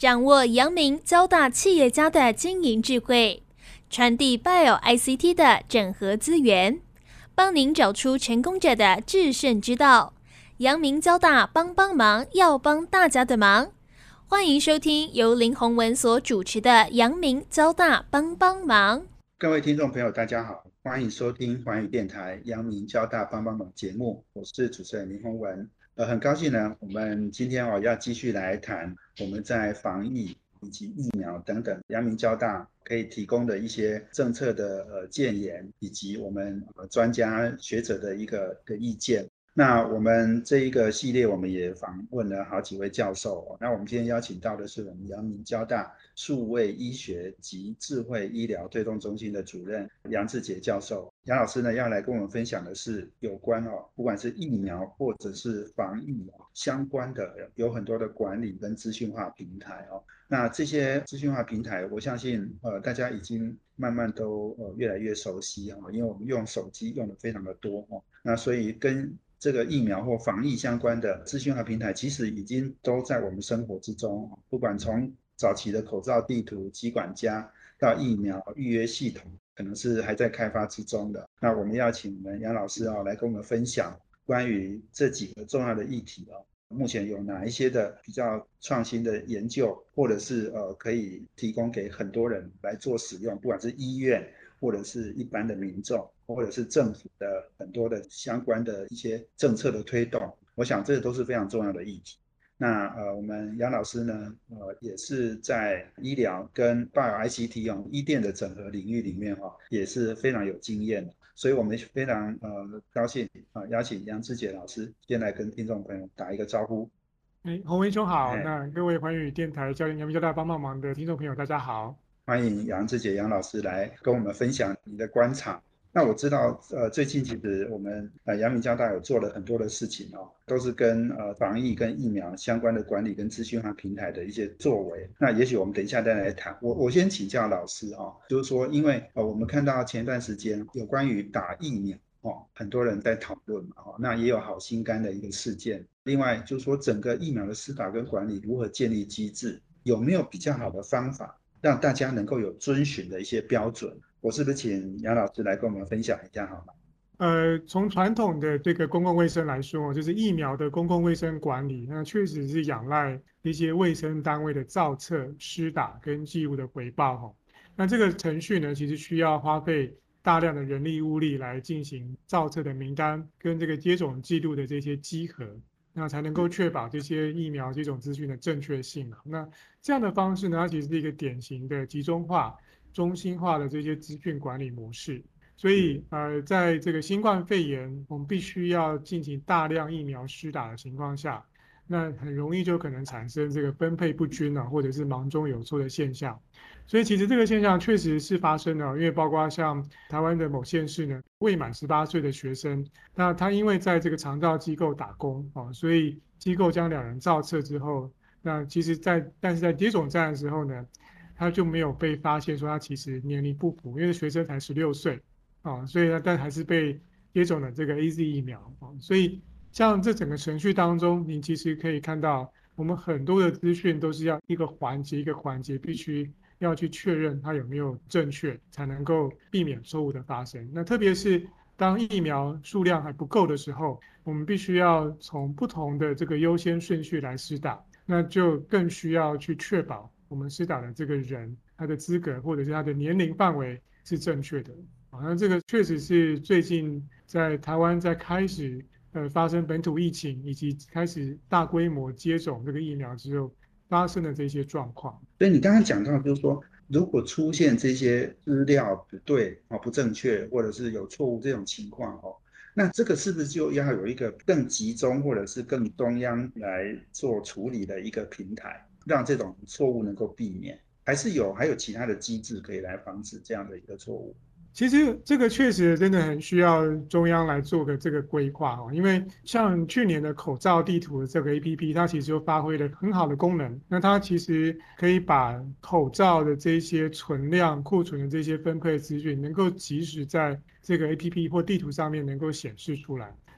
掌握阳明交大企业家的经营智慧，传递 Bio ICT 的整合资源，帮您找出成功者的制胜之道。阳明交大帮帮忙，要帮大家的忙。欢迎收听由林宏文所主持的阳明交大帮帮忙。 各位听众朋友大家好，欢迎收听寰宇电台阳明交大帮帮忙节目，我是主持人林宏文。很高兴呢，我们今天要继续来谈我们在防疫以及疫苗等等阳明交大可以提供的一些政策的建言，以及我们专家学者的一个意见。那我们这一个系列我们也访问了好几位教授，那我们今天邀请到的是我们阳明交大数位医学及智慧医疗推动中心的主任杨志杰教授。杨老师呢要来跟我们分享的是有关不管是疫苗或者是防疫相关的有很多的管理跟资讯化平台。那这些资讯化平台我相信大家已经慢慢都越来越熟悉，因为我们用手机用的非常的多，那所以跟这个疫苗或防疫相关的资讯化平台其实已经都在我们生活之中，不管从早期的口罩地图、疾管家到疫苗预约系统，可能是还在开发之中的。那我们要请我们杨老师来跟我们分享关于这几个重要的议题，目前有哪一些的比较创新的研究，或者是可以提供给很多人来做使用，不管是医院或者是一般的民众，或者是政府的很多的相关的一些政策的推动，我想这都是非常重要的议题。那我们杨老师呢也是在医疗跟 Bio ICT 医电的整合领域里面也是非常有经验的，所以我们非常高兴邀请杨志杰老师先来跟听众朋友打一个招呼。 洪文兄好，那各位寰宇电台阳明交大帮帮忙的听众朋友大家好。 欢迎杨志杰杨老师来跟我们分享你的观察。那我知道最近其实我们阳明交大有做了很多的事情都是跟防疫跟疫苗相关的管理跟资讯化平台的一些作为。那也许我们等一下再来谈。我先请教老师就是说因为我们看到前段时间有关于打疫苗很多人在讨论嘛那也有好心肝的一个事件。另外就是说整个疫苗的施打跟管理如何建立机制，有没有比较好的方法让大家能够有遵循的一些标准？我是不是请杨老师来跟我们分享一下好吗？ 从传统的这个公共卫生来说，就是疫苗的公共卫生管理，那确实是仰赖一些卫生单位的造册、施打跟记录的回报那这个程序呢，其实需要花费大量的人力物力来进行造册的名单跟这个接种记录的这些稽核，那才能够确保这些疫苗这种资讯的正确性那这样的方式呢，它其实是一个典型的集中化、中心化的这些资讯管理模式。所以在这个新冠肺炎我们必须要进行大量疫苗施打的情况下，那很容易就可能产生这个分配不均或者是忙中有错的现象。所以其实这个现象确实是发生的，因为包括像台湾的某县市呢，未满18岁的学生，那他因为在这个长照机构打工所以机构将两人造册之后，那其实但是在接种站的时候呢，他就没有被发现说他其实年龄不符，因为学生才16岁所以呢，但还是被接种了这个 AZ 疫苗所以像这整个程序当中，您其实可以看到，我们很多的资讯都是要一个环节一个环节必须要去确认它有没有正确，才能够避免错误的发生。那特别是当疫苗数量还不够的时候，我们必须要从不同的这个优先顺序来施打，那就更需要去确保我们施打的这个人他的资格或者是他的年龄范围是正确的。那这个确实是最近在台湾在开始发生本土疫情以及开始大规模接种这个疫苗之后发生的这些状况。 所以你刚刚讲到就是说，如果出现这些资料不对不正确或者是有错误这种情况那这个是不是就要有一个更集中或者是更中央来做处理的一个平台，让这种错误能够避免？还有其他的机制可以来防止这样的一个错误？ 其实这个确实真的很需要中央来做个这个规划因为像去年的口罩地图的这个 APP， 它其实就发挥了很好的功能。那它其实可以把口罩的这些存量、库存的这些分配资讯，能够及时在这个 APP 或地图上面能够显示出来。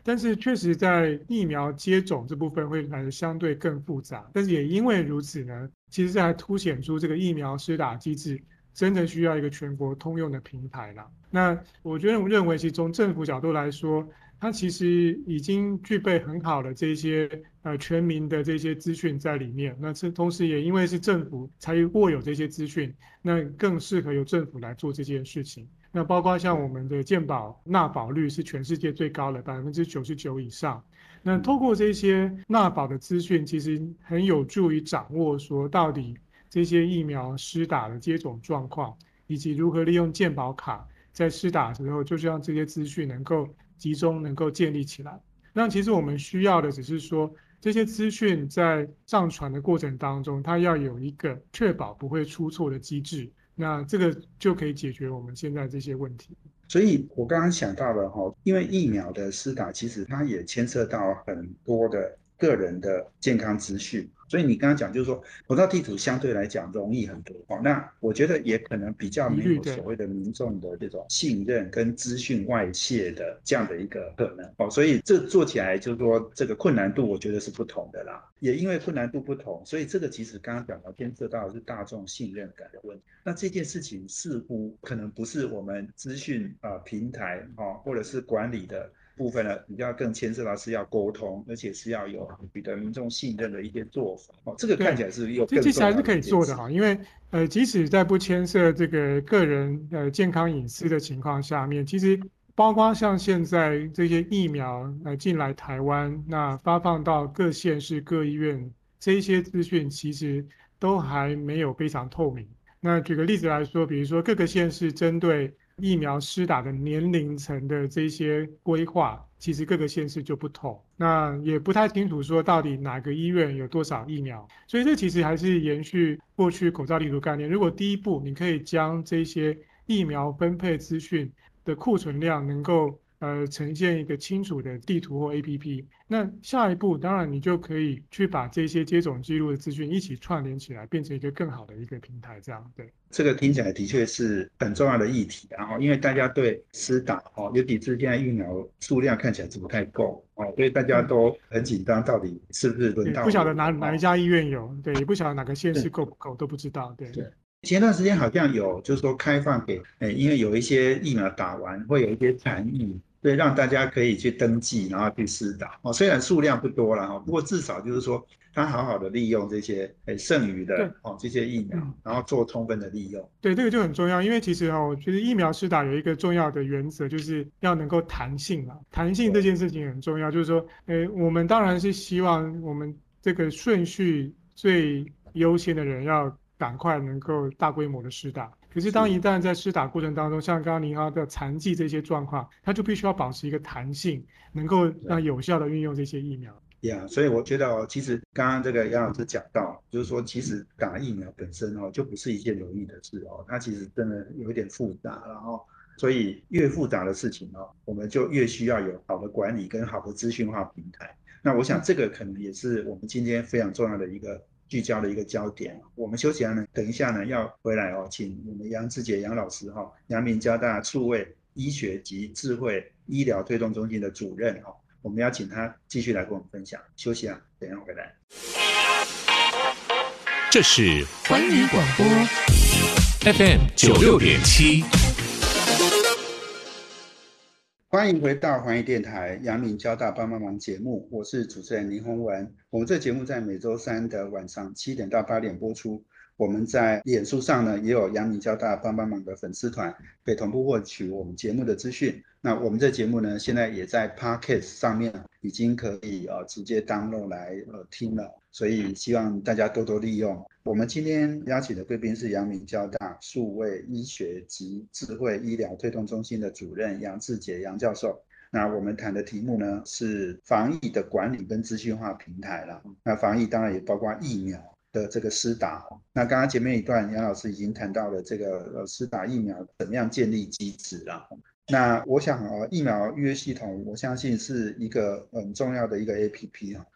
但是确实在疫苗接种这部分会来得相对更复杂，但是也因为如此呢，其实这还凸显出这个疫苗施打机制真的需要一个全国通用的平台啦。那我认为其实从政府角度来说，它其实已经具备很好的这些全民的这些资讯在里面。那同时也因为是政府才握有这些资讯，那更适合由政府来做这件事情。那包括像我们的健保纳保率是全世界最高的99%以上。那透过这些纳保的资讯，其实很有助于掌握说到底这些疫苗施打的接种状况，以及如何利用健保卡在施打的时候，就是让这些资讯能够集中，能够建立起来。那其实我们需要的只是说，这些资讯在上传的过程当中，它要有一个确保不会出错的机制。那这个就可以解决我们现在这些问题。 所以我刚刚想到了因为疫苗的施打其实它也牵涉到很多的个人的健康资讯，所以你刚刚讲就是说口罩地图相对来讲容易很多那我觉得也可能比较没有所谓的民众的这种信任跟资讯外泄的这样的一个可能所以这做起来就是说这个困难度我觉得是不同的啦，也因为困难度不同，所以这个其实刚刚讲到牵涉到的是大众信任感的问题。那这件事情似乎可能不是我们资讯平台或者是管理的部分呢，比较更牵涉到是要沟通，而且是要有取得民众信任的一些做法这个看起来是有更重要的一件事。 这其实还是可以做的因为即使在不牵涉这个个人健康隐私的情况下面，其实包括像现在这些疫苗进来台湾，那发放到各县市各医院，这一些资讯其实都还没有非常透明。那举个例子来说，比如说各个县市针对疫苗施打的年龄层的这些规划，其实各个县市就不同，那也不太清楚说到底哪个医院有多少疫苗，所以这其实还是延续过去口罩地图概念。如果第一步你可以将这些疫苗分配资讯的库存量能够呈现一个清楚的地图或 APP， 那下一步当然你就可以去把这些接种记录的资讯一起串联起来，变成一个更好的一个平台，这样对。 这个听起来的确是很重要的议题因为大家对施打尤其是现在疫苗数量看起来是不太够所以大家都很紧张，到底是不是轮到我不晓得哪一家医院有，对，也不晓得哪个县市够不够，都不知道，对。 前段时间好像有就是说开放给因为有一些疫苗打完会有一些残疫，对，让大家可以去登记然后去施打虽然数量不多啦不过至少就是说他好好的利用这些剩余的这些疫苗然后做充分的利用。 对，这个就很重要，因为其实我觉得疫苗施打有一个重要的原则，就是要能够弹性弹性这件事情很重要，就是说我们当然是希望我们这个顺序最优先的人要赶快能够大规模的施打，可是当一旦在施打过程当中，像刚刚您说的残疾这些状况，它就必须要保持一个弹性，能够让有效的运用这些疫苗。 所以我觉得其实刚刚这个杨老师讲到，就是说其实打疫苗本身就不是一件容易的事它其实真的有一点复杂，然后所以越复杂的事情我们就越需要有好的管理跟好的资讯化平台。那我想这个可能也是我们今天非常重要的一个聚焦的一个焦点。我们休息呢，等一下呢要回来请我们杨志杰杨老师阳明交大数位医学及智慧医疗推动中心的主任我们要请他继续来跟我们分享。休息等一下回来。 这是环宇广播 FM 96.7。 欢迎回到环宇电台阳明交大帮帮忙节目，我是主持人林宏文。我们这节目在每周三的晚上7点到8点播出。我们在脸书上呢也有阳明交大帮帮忙的粉丝团，可以同步获取我们节目的资讯。那我们这节目呢现在也在 Podcast 上面已经可以直接 download 来听了，所以希望大家多多利用。我们今天邀请的贵宾是阳明交大数位医学及智慧医疗推动中心的主任杨志杰杨教授。那我们谈的题目呢是防疫的管理跟资讯化平台啦。那防疫当然也包括疫苗的这个施打。那刚刚前面一段杨老师已经谈到了这个施打疫苗怎么样建立机制啦。那我想疫苗预约系统我相信是一个很重要的一个 APP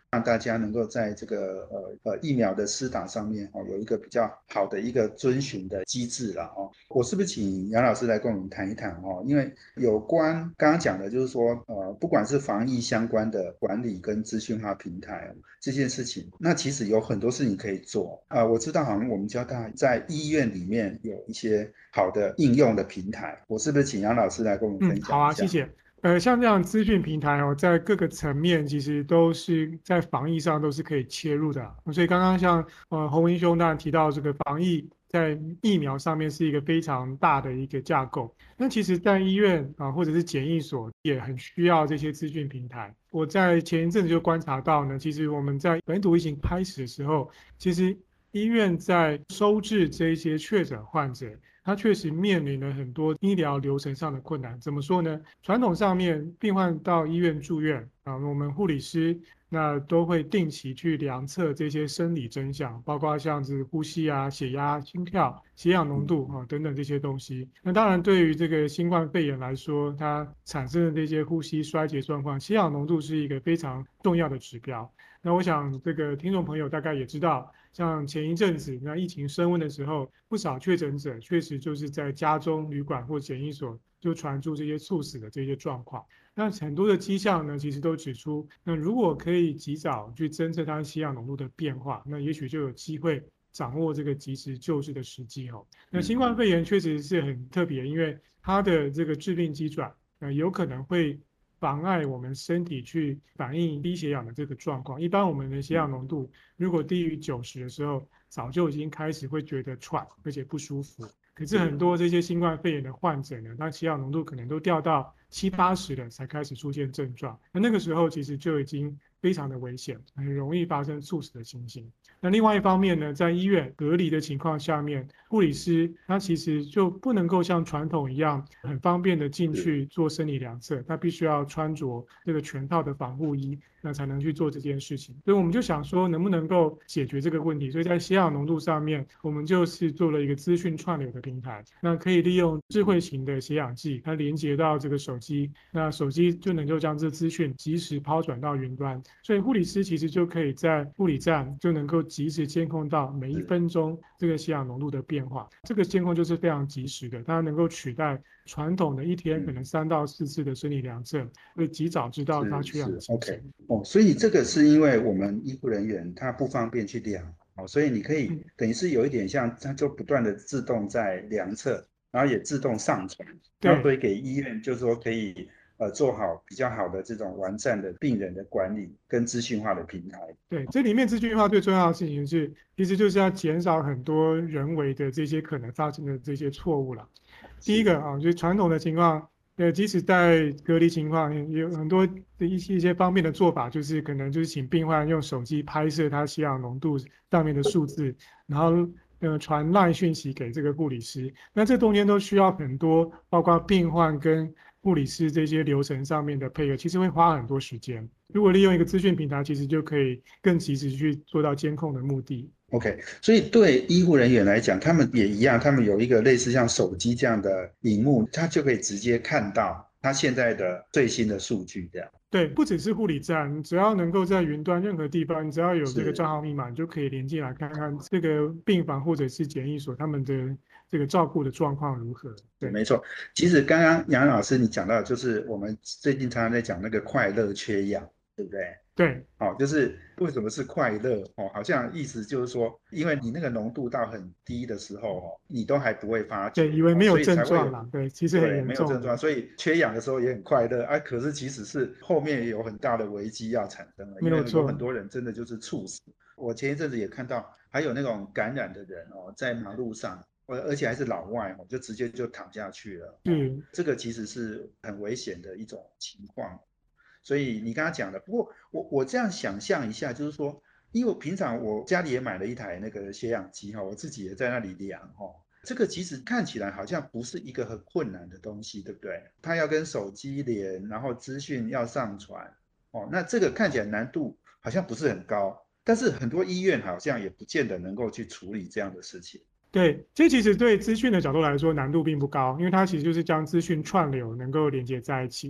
让大家能够在这个疫苗的施打上面有一个比较好的一个遵循的机制啦我是不是请杨老师来跟我们谈一谈因为有关刚刚讲的就是说不管是防疫相关的管理跟资讯化平台这件事情，那其实有很多事情可以做我知道好像我们交大在医院里面有一些好的应用的平台，我是不是请杨老师来跟我们分享一下？ 好啊，谢谢。像这样资讯平台在各个层面其实都是在防疫上都是可以切入的所以刚刚像洪文兄当然提到这个防疫在疫苗上面是一个非常大的一个架构，那其实在医院或者是检疫所也很需要这些资讯平台。我在前一阵子就观察到呢，其实我们在本土疫情开始的时候，其实医院在收治这些确诊患者，他确实面临了很多医疗流程上的困难。怎么说呢？传统上面病患到医院住院我们护理师那都会定期去量测这些生理真相，包括像是呼吸血压、心跳、血氧浓度等等这些东西。那当然对于这个新冠肺炎来说，它产生的这些呼吸衰竭状况，血氧浓度是一个非常重要的指标。那我想这个听众朋友大概也知道，像前一阵子那疫情升温的时候，不少确诊者确实就是在家中、旅馆或检疫所就传出这些猝死的这些状况。那很多的迹象呢，其实都指出，那如果可以及早去侦测它血氧浓度的变化，那也许就有机会掌握这个及时救治的时机那新冠肺炎确实是很特别，因为它的这个致病机转有可能会妨碍我们身体去反映低血氧的这个状况。一般我们的血氧浓度如果低于90的时候，早就已经开始会觉得喘，而且不舒服。可是很多这些新冠肺炎的患者呢，他血氧浓度可能都掉到70、80了才开始出现症状，那个时候其实就已经非常的危险，很容易发生猝死的情形。那另外一方面呢，在医院隔离的情况下面，护理师他其实就不能够像传统一样很方便的进去做生理量测，他必须要穿着这个全套的防护衣，那才能去做这件事情。所以我们就想说能不能够解决这个问题，所以在血氧浓度上面，我们就是做了一个资讯串流的平台，那可以利用智慧型的血氧计，它连接到这个手机，那手机就能够将这资讯及时抛转到云端，所以护理师其实就可以在护理站就能够及时监控到每1分钟这个血氧浓度的变化，这个监控就是非常及时的，它能够取代传统的一天可能3到4次的生理量测，会及早知道它缺氧的情形。 所以这个是因为我们医护人员他不方便去量所以你可以等于是有一点像它就不断的自动在量测，然后也自动上传，然后所以给医院就是说可以做好比较好的这种完善的病人的管理跟资讯化的平台。 对，这里面资讯化最重要的事情是，其实就是要减少很多人为的这些可能发生的这些错误了。第一个就是传统的情况，即使在隔离情况，也有很多的一些方面的做法，就是可能就是请病患用手机拍摄他血氧浓度上面的数字，然后传LINE讯息给这个护理师。那这中间都需要很多，包括病患跟护理师这些流程上面的配合，其实会花很多时间。如果利用一个资讯平台，其实就可以更及时去做到监控的目的。 OK， 所以对医护人员来讲，他们也一样，他们有一个类似像手机这样的萤幕，他就可以直接看到他现在的最新的数据这样。 对，不只是护理站，你只要能够在云端任何地方，你只要有这个账号密码，你就可以连进来看看这个病房或者是检疫所他们的这个照顾的状况如何。对， 没错。其实刚刚杨老师你讲到，就是我们最近常常在讲那个快乐缺氧，对不对？ 对， 就是为什么是快乐好像意思就是说，因为你那个浓度到很低的时候你都还不会发觉， 对，以为没有症状啦，对，其实很严重， 没有症状，所以缺氧的时候也很快乐可是其实是后面也有很大的危机要产生了，因为有很多人真的就是猝死。我前一阵子也看到还有那种感染的人在马路上，而且还是老外就直接就躺下去了。这个其实是很危险的一种情况。所以你刚刚讲的，不过我这样想象一下，就是说，因为我平常我家里也买了一台那个血氧机我自己也在那里量这个其实看起来好像不是一个很困难的东西，对不对？它要跟手机连，然后资讯要上传那这个看起来难度好像不是很高，但是很多医院好像也不见得能够去处理这样的事情。 对，这其实对资讯的角度来说难度并不高，因为它其实就是将资讯串流能够连接在一起。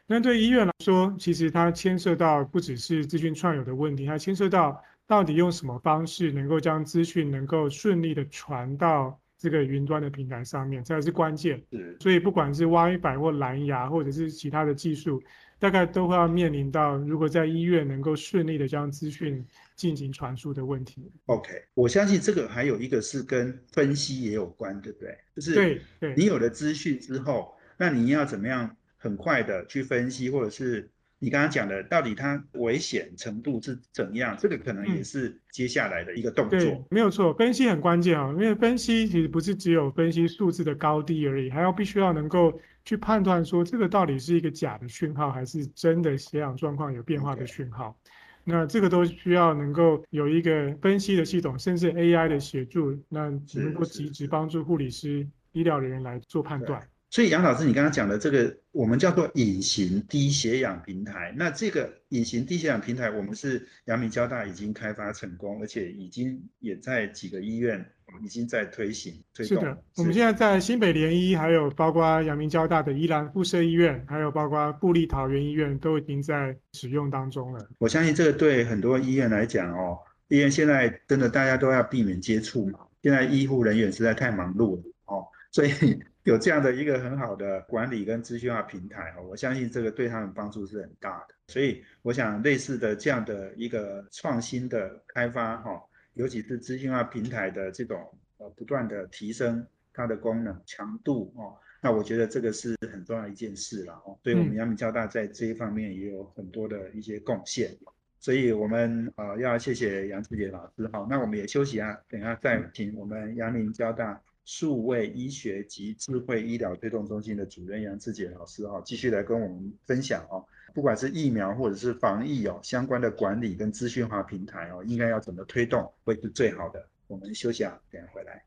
那对医院来说，其实它牵涉到不只是资讯串流的问题，它牵涉到到底用什么方式能够将资讯能够顺利的传到这个云端的平台上面，这才是关键。所以不管是 WiFi 或蓝牙或者是其他的技术，大概都会要面临到如果在医院能够顺利的将资讯进行传输的问题。 OK， 我相信这个还有一个是跟分析也有关，对不对？就是你有了资讯之后，那你要怎么样很快的去分析，或者是你刚刚讲的，到底它危险程度是怎样？这个可能也是接下来的一个动作。 对，没有错，分析很关键因为分析其实不是只有分析数字的高低而已，还要必须要能够去判断说这个到底是一个假的讯号，还是真的血氧状况有变化的讯号。那这个都需要能够有一个分析的系统，甚至 AI 的协助，那能够及时帮助护理师、医疗人员来做判断。 所以杨老师，你刚刚讲的这个，我们叫做隐形低血氧平台。那这个隐形低血氧平台，我们是阳明交大已经开发成功，而且也在几个医院已经在推动。 是的，我们现在在新北联医，还有包括阳明交大的宜兰附设医院，还有包括部立桃园医院，都已经在使用当中了。 我相信这个对很多医院来讲医院现在真的大家都要避免接触嘛，现在医护人员实在太忙碌了所以有这样的一个很好的管理跟资讯化平台我相信这个对他们帮助是很大的。所以我想类似的这样的一个创新的开发尤其是资讯化平台的这种不断的提升它的功能强度那我觉得这个是很重要的一件事啦所以我们阳明交大在这一方面也有很多的一些贡献。所以我们要谢谢杨志杰老师那我们也休息等一下再请我们阳明交大数位医学及智慧医疗推动中心的主任杨志杰老师继续来跟我们分享不管是疫苗或者是防疫相关的管理跟资讯化平台应该要怎么推动会是最好的。我们休息等一下回来。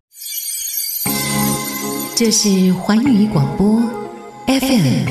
这是环宇广播 FM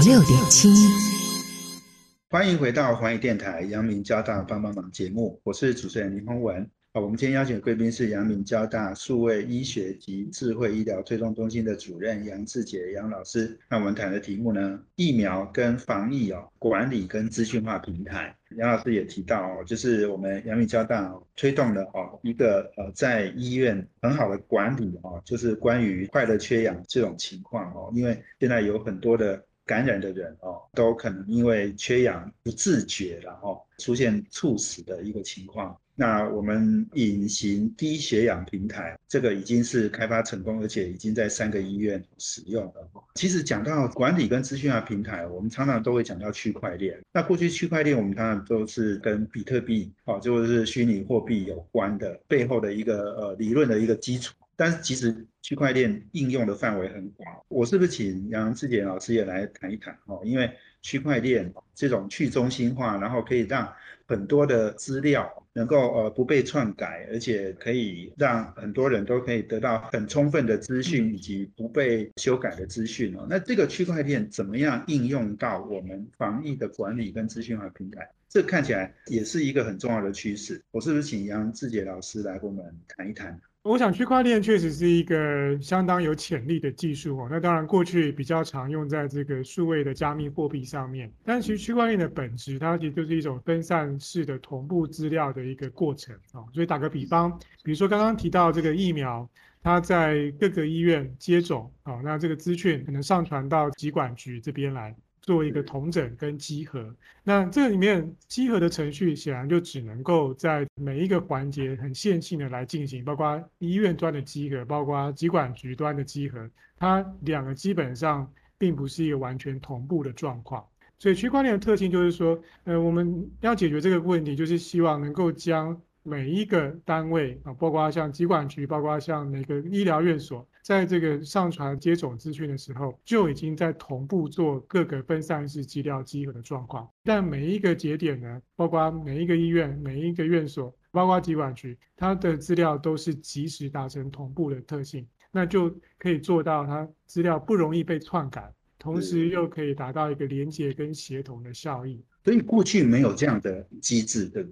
96.7。 欢迎回到环宇电台阳明交大帮帮忙节目，我是主持人林宏文。我们今天邀请的贵宾是阳明交大数位医学及智慧医疗推动中心的主任杨志杰杨老师。那我们谈的题目呢，疫苗跟防疫管理跟资讯化平台。杨老师也提到就是我们阳明交大推动了一个在医院很好的管理就是关于快乐缺氧这种情况因为现在有很多的感染的人都可能因为缺氧不自觉然后出现猝死的一个情况。那我们隐形低血氧平台这个已经是开发成功，而且已经在3个医院使用了。其实讲到管理跟资讯化平台，我们常常都会讲到区块链。那过去区块链我们当然都是跟比特币就是虚拟货币有关的背后的一个理论的一个基础。但是其实区块链应用的范围很广，我是不是请杨志杰老师也来谈一谈因为区块链这种去中心化，然后可以让很多的资料能够不被篡改，而且可以让很多人都可以得到很充分的资讯以及不被修改的资讯那这个区块链怎么样应用到我们防疫的管理跟资讯化平台？这看起来也是一个很重要的趋势。我是不是请杨志杰老师来跟我们谈一谈？ 我想区块链确实是一个相当有潜力的技术那当然过去比较常用在这个数位的加密货币上面，但其实区块链的本质它其实就是一种分散式的同步资料的一个过程所以打个比方，比如说刚刚提到这个疫苗，它在各个医院接种那这个资讯可能上传到疾管局这边来做一个统整跟稽核。那这个里面稽核的程序显然就只能够在每一个环节很线性的来进行，包括医院端的稽核，包括疾管局端的稽核，它两个基本上并不是一个完全同步的状况。所以区块链的特性就是说我们要解决这个问题，就是希望能够将每一个单位包括像疾管局，包括像每个医疗院所，在这个上传接种资讯的时候，就已经在同步做各个分散式资料稽核的状况。但每一个节点呢，包括每一个医院、每一个院所，包括疾管局，它的资料都是即时达成同步的特性，那就可以做到它资料不容易被篡改，同时又可以达到一个连结跟协同的效益。 所以过去没有这样的机制，对不对？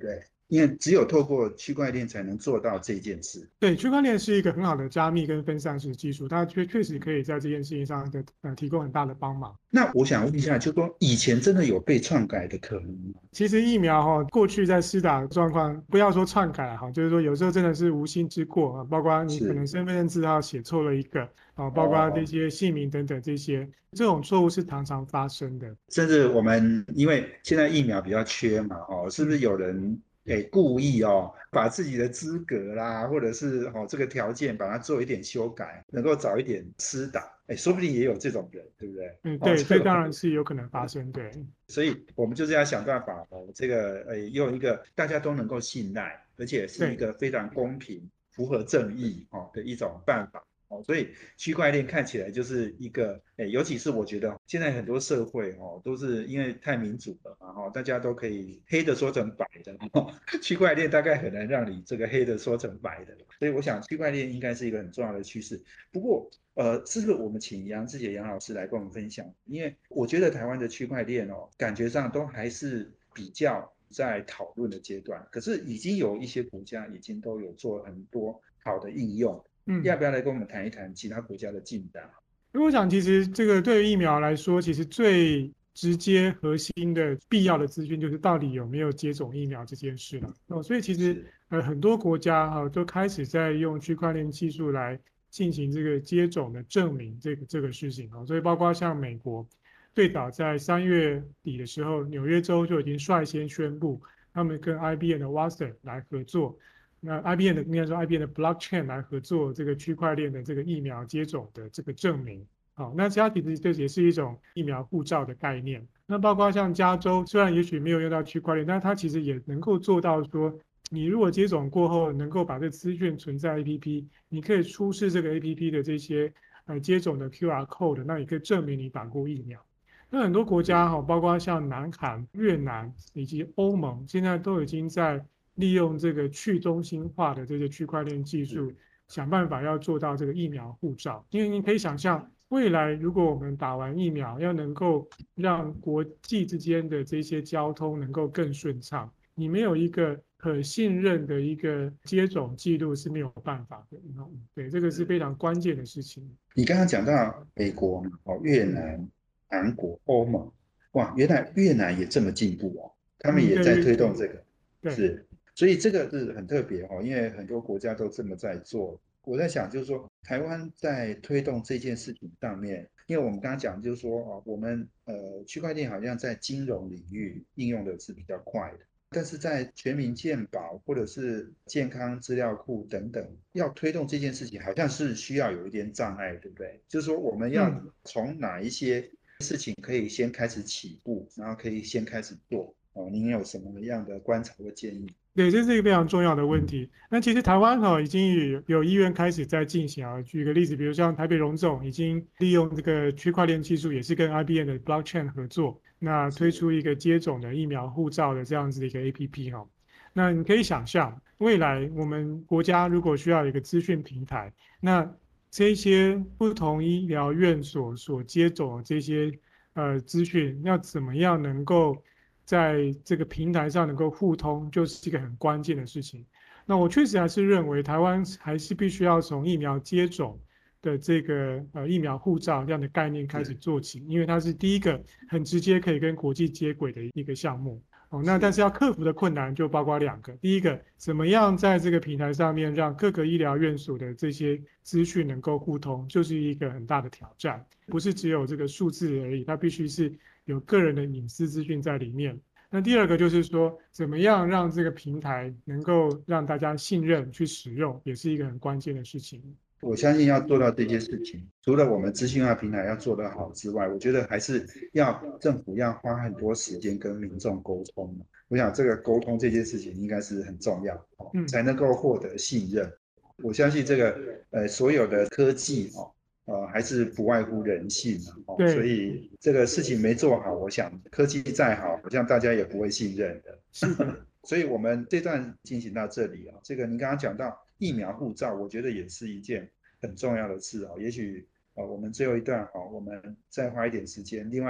因为只有透过区块链才能做到这件事。 对，区块链是一个很好的加密跟分散式技术，它确实可以在这件事情上提供很大的帮忙。 那我想问一下，就是说以前真的有被篡改的可能吗？ 其实疫苗过去在施打的状况，不要说篡改就是说有时候真的是无心之过包括你可能身份证字号写错了一个包括这些姓名等等这种错误是常常发生的。 甚至我们因为现在疫苗比较缺嘛是不是有人故意把自己的资格啦，或者是这个条件把它做一点修改，能够早一点施打，说不定也有这种人，对不对？ 对，这当然是有可能发生，对。 所以我们就是要想办法这个用一个大家都能够信赖，而且是一个非常公平、符合正义的一种办法。所以区块链看起来就是一个尤其是我觉得现在很多社会都是因为太民主了嘛大家都可以黑的说成白的区块链大概很难让你这个黑的说成白的，所以我想区块链应该是一个很重要的趋势。不过是不是我们请杨志杰杨老师来跟我们分享？因为我觉得台湾的区块链感觉上都还是比较在讨论的阶段，可是已经有一些国家已经都有做很多好的应用。要不要来跟我们谈一谈其他国家的进展？ 因为我想其实这个对于疫苗来说，其实最直接核心的必要的资讯就是到底有没有接种疫苗这件事了所以其实很多国家都开始在用区块链技术来进行这个接种的证明这个事情所以包括像美国最早在3月底的时候，纽约州就已经率先宣布他们跟 IBM 的 Watson 来合作。那 IBM 的应该说 IBM 的 blockchain 来合作这个区块链的这个疫苗接种的这个证明。那它其实这也是一种疫苗护照的概念。那包括像加州，虽然也许没有用到区块链，但它其实也能够做到说，你如果接种过后能够把这资讯存在 APP， 你可以出示这个 APP 的这些接种的 QR code， 那也可以证明你打过疫苗。那很多国家包括像南韩、越南以及欧盟，现在都已经在利用这个去中心化的这些区块链技术，想办法要做到这个疫苗护照。因为你可以想象，未来如果我们打完疫苗，要能够让国际之间的这些交通能够更顺畅，你没有一个可信任的一个接种记录是没有办法的。对，这个是非常关键的事情。 你刚刚讲到美国越南、韩国、欧盟，哇，原来越南也这么进步他们也在推动这个，是。所以这个是很特别因为很多国家都这么在做。我在想就是说台湾在推动这件事情上面，因为我们刚刚讲就是说我们区块链好像在金融领域应用的是比较快的，但是在全民健保或者是健康资料库等等要推动这件事情好像是需要有一点障碍，对不对？就是说我们要从哪一些事情可以先开始起步，然后可以先开始做您有什么样的观察或建议？ 对，这是一个非常重要的问题。那其实台湾已经有医院开始在进行举个例子，比如像台北荣总已经利用这个区块链技术，也是跟 IBM 的 blockchain 合作，那推出一个接种的疫苗护照的这样子的一个 APP 那你可以想象，未来我们国家如果需要一个资讯平台，那这些不同医疗院所接种的这些资讯，要怎么样能够在这个平台上能够互通，就是一个很关键的事情。那我确实还是认为台湾还是必须要从疫苗接种的这个疫苗护照这样的概念开始做起，因为它是第一个很直接可以跟国际接轨的一个项目。那但是要克服的困难就包括2个，第一个，怎么样在这个平台上面让各个医疗院所的这些资讯能够互通，就是一个很大的挑战，不是只有这个数字而已，它必须是有个人的隐私资讯在里面。那第2个就是说，怎么样让这个平台能够让大家信任去使用，也是一个很关键的事情。 我相信要做到这件事情，除了我们资讯化平台要做得好之外，我觉得还是要政府要花很多时间跟民众沟通。我想这个沟通这件事情应该是很重要，才能够获得信任。我相信这个所有的科技还是不外乎人性所以这个事情没做好，我想科技再好，好像大家也不会信任的。所以我们这段进行到这里这个您刚刚讲到疫苗护照，我觉得也是一件很重要的事也许我们最后一段我们再花一点时间。另外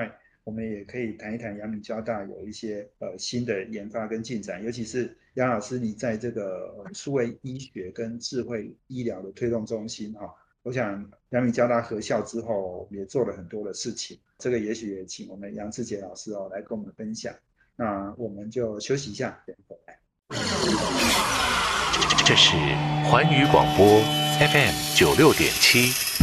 我们也可以谈一谈阳明交大有一些新的研发跟进展，尤其是杨老师你在这个数位医学跟智慧医疗的推动中心我想阳明交大合校之后也做了很多的事情，这个也许也请我们杨志杰老师来跟我们分享。那我们就休息一下，等回来。 这是环宇广播 FM96.7。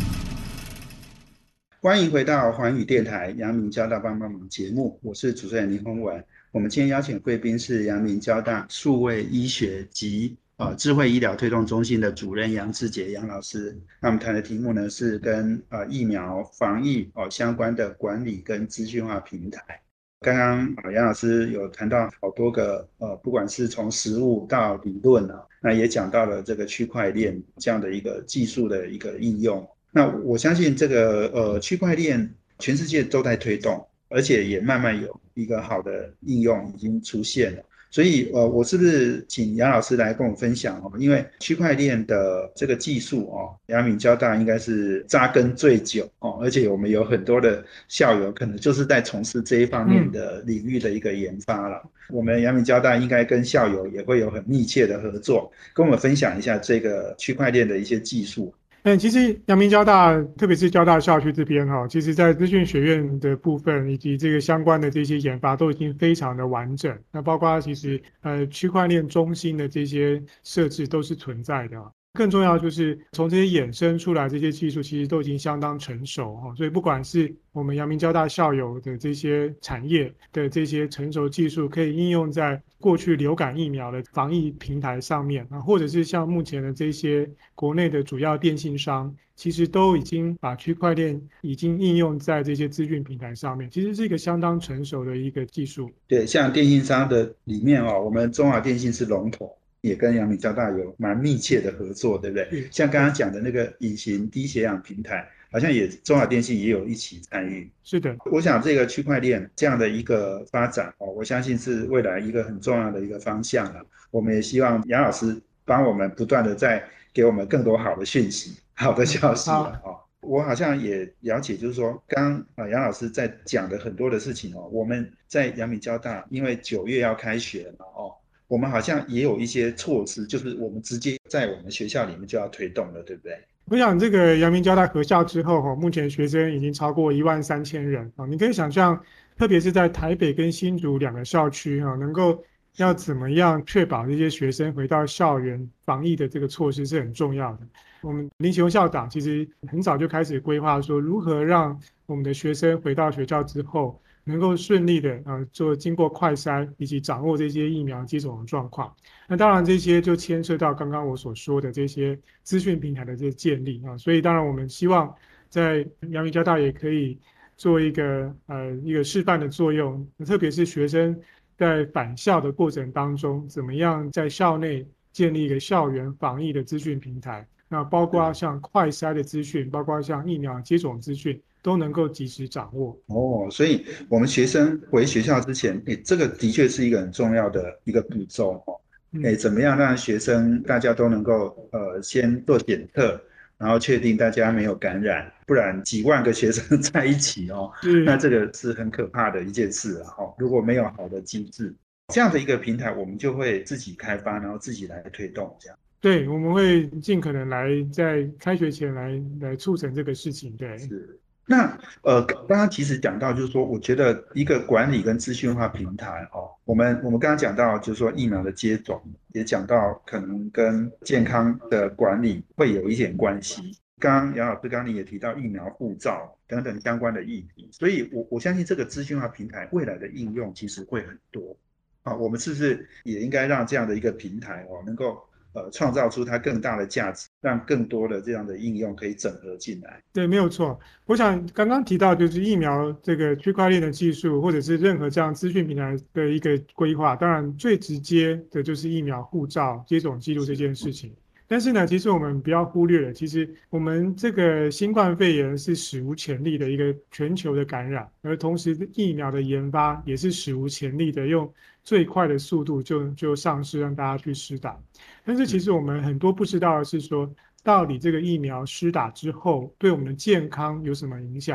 欢迎回到环宇电台阳明交大帮帮忙节目，我是主持人林宏文。我们今天邀请贵宾是阳明交大数位医学及智慧医疗推动中心的主任杨志杰杨老师。那我们谈的题目呢是跟疫苗防疫相关的管理跟资讯化平台。刚刚杨老师有谈到好多个不管是从实务到理论那也讲到了这个区块链这样的一个技术的一个应用。那我相信这个区块链全世界都在推动，而且也慢慢有一个好的应用已经出现了。所以我是不是请杨老师来跟我分享因为区块链的这个技术阳明交大应该是扎根最久而且我们有很多的校友可能就是在从事这一方面的领域的一个研发了。我们阳明交大应该跟校友也会有很密切的合作，跟我们分享一下这个区块链的一些技术。 其实阳明交大，特别是交大校区这边其实在资讯学院的部分以及这个相关的这些研发都已经非常的完整。那包括其实区块链中心的这些设置都是存在的。更重要就是从这些衍生出来这些技术其实都已经相当成熟所以不管是我们阳明交大校友的这些产业的这些成熟技术可以应用在过去流感疫苗的防疫平台上面或者是像目前的这些国内的主要电信商其实都已经把区块链已经应用在这些资讯平台上面，其实是一个相当成熟的一个技术。 对，像电信商的里面我们中华电信是龙头，也跟阳明交大有蛮密切的合作，对不对？像刚刚讲的那个隐形低血氧平台，好像也中华电信也有一起参与。 是的， 我想这个区块链这样的一个发展我相信是未来一个很重要的一个方向了。我们也希望杨老师帮我们不断的再给我们更多好的讯息、好的消息了我好像也了解，就是说刚杨老师在讲的很多的事情我们在阳明交大因为9月要开学了我们好像也有一些措施，就是我们直接在我们学校里面就要推动了，对不对？ 我想这个阳明交大合校之后目前学生已经超过13000人你可以想象，特别是在台北跟新竹2个校区能够要怎么样确保这些学生回到校园防疫的这个措施是很重要的。我们林启宏校长其实很早就开始规划说如何让我们的学生回到学校之后能够顺利的做经过快筛以及掌握这些疫苗接种的状况。那当然这些就牵涉到刚刚我所说的这些资讯平台的这些建立所以当然我们希望在阳明交大也可以做一个示范的作用，特别是学生在返校的过程当中怎么样在校内建立一个校园防疫的资讯平台，那包括像快筛的资讯，包括像疫苗接种资讯都能够及时掌握所以我们学生回学校之前这个的确是一个很重要的一个步骤怎么样让学生大家都能够先做检测，然后确定大家没有感染，不然几万个学生在一起那这个是很可怕的一件事如果没有好的机制，这样的一个平台我们就会自己开发，然后自己来推动这样。 对，我们会尽可能来在开学前来促成这个事情。对， 是。那刚刚其实讲到就是说，我觉得一个管理跟资讯化平台我们刚刚讲到就是说疫苗的接种，也讲到可能跟健康的管理会有一点关系。刚刚杨老师刚刚你也提到疫苗护照等等相关的议题，所以我相信这个资讯化平台未来的应用其实会很多我们是不是也应该让这样的一个平台能够创造出它更大的价值，让更多的这样的应用可以整合进来。 对，没有错。我想刚刚提到就是疫苗这个区块链的技术，或者是任何这样资讯平台的一个规划，当然最直接的就是疫苗护照接种记录这件事情。但是呢，其实我们不要忽略了，其实我们这个新冠肺炎是史无前例的一个全球的感染，而同时疫苗的研发也是史无前例的用最快的速度就上市让大家去施打。但是其实我们很多不知道的是说，到底这个疫苗施打之后对我们的健康有什么影响？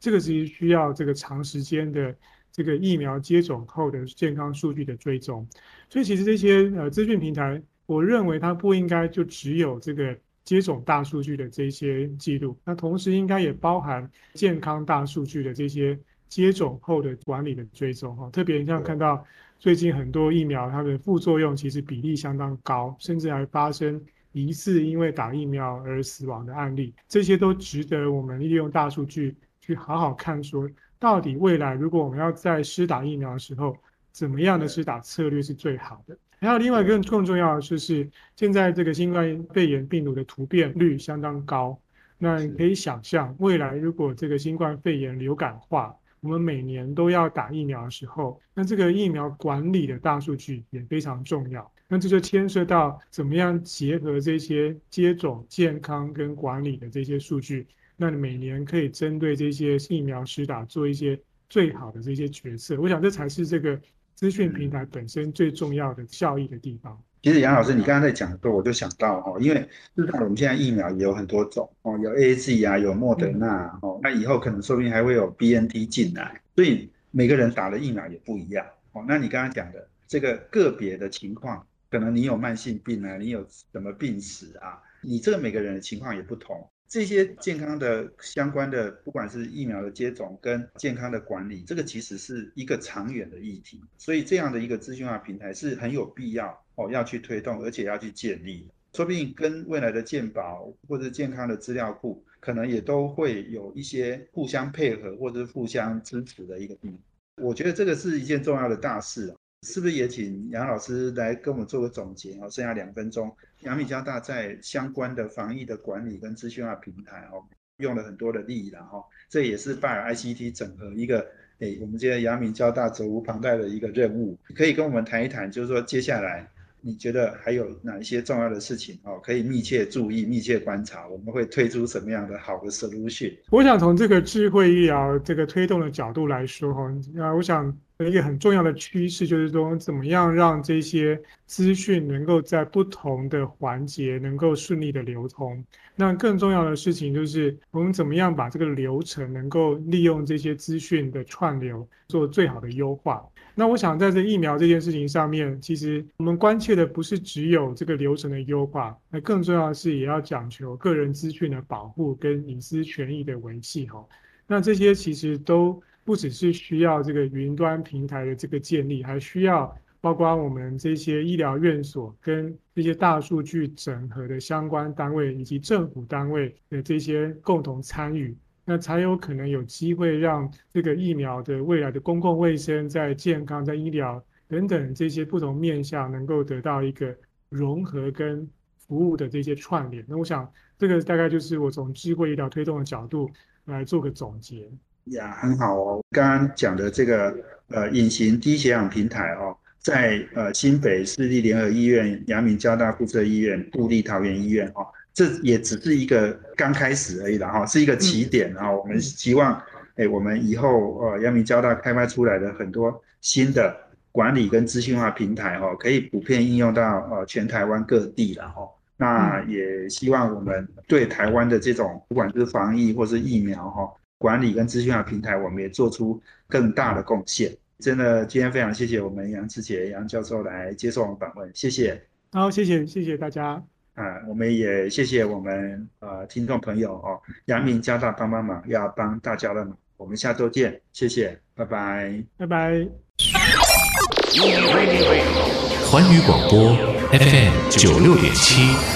这个其实需要这个长时间的这个疫苗接种后的健康数据的追踪。所以其实这些资讯平台，我认为它不应该就只有这个接种大数据的这些记录，那同时应该也包含健康大数据的这些接种后的管理的追踪。特别像看到最近很多疫苗它的副作用其实比例相当高，甚至还发生疑似因为打疫苗而死亡的案例，这些都值得我们利用大数据去好好看说，到底未来如果我们要在施打疫苗的时候，怎么样的施打策略是最好的。还有另外一个更重要的就是现在这个新冠肺炎病毒的突变率相当高，那你可以想象未来如果这个新冠肺炎流感化，我们每年都要打疫苗的时候，那这个疫苗管理的大数据也非常重要。那这就牵涉到怎么样结合这些接种、健康跟管理的这些数据，那你每年可以针对这些疫苗施打做一些最好的这些决策。我想这才是这个资讯平台本身最重要的效益的地方。 其实杨老师，你刚刚在讲的时候，我就想到因为事实上我们现在疫苗也有很多种有 AZ 啊，有莫德纳那以后可能说不定还会有 BNT 进来，所以每个人打的疫苗也不一样那你刚刚讲的这个个别的情况，可能你有慢性病啊，你有什么病史啊，你这个每个人的情况也不同。这些健康的相关的，不管是疫苗的接种跟健康的管理，这个其实是一个长远的议题，所以这样的一个资讯化平台是很有必要要去推动，而且要去建立，说不定跟未来的健保或者健康的资料库可能也都会有一些互相配合或者是互相支持的一个地方。我觉得这个是一件重要的大事是不是也请杨老师来跟我们做个总结剩下2分钟。阳明交大在相关的防疫的管理跟资讯化平台用了很多的力这也是拜尔 ICT 整合一个我们觉得阳明交大责无旁贷的一个任务。可以跟我们谈一谈，就是说接下来你觉得还有哪一些重要的事情可以密切注意、密切观察，我们会推出什么样的好的 solution？ 我想从这个智慧医疗这个推动的角度来说我想一个很重要的趋势就是说，怎么样让这些资讯能够在不同的环节能够顺利的流通。那更重要的事情就是我们怎么样把这个流程能够利用这些资讯的串流做最好的优化。那我想在这疫苗这件事情上面，其实我们关切的不是只有这个流程的优化，那更重要的是也要讲求个人资讯的保护跟隐私权益的维系那这些其实都不只是需要这个云端平台的这个建立，还需要包括我们这些医疗院所跟这些大数据整合的相关单位以及政府单位的这些共同参与，那才有可能有机会让这个疫苗的未来的公共卫生、在健康、在医疗等等这些不同面向能够得到一个融合跟服务的这些串联。那我想这个大概就是我从智慧医疗推动的角度来做个总结。 很好刚刚讲的这个隐形低血氧平台在新北市立联合医院、阳明交大附设医院、部立桃园医院这也只是一个刚开始而已啦是一个起点我们希望我们以后阳明交大开发出来的很多新的管理跟资讯化平台可以普遍应用到全台湾各地啦那也希望我们对台湾的这种不管是防疫或是疫苗管理跟资讯化平台，我们也做出更大的贡献。真的，今天非常谢谢我们杨志杰杨教授来接受我们访问，谢谢。 好，谢谢大家。 我们也谢谢我们听众朋友阳明交大帮忙，要帮大家的忙。我们下周见，谢谢，拜拜， 拜拜。 环宇广播 FM 96.7。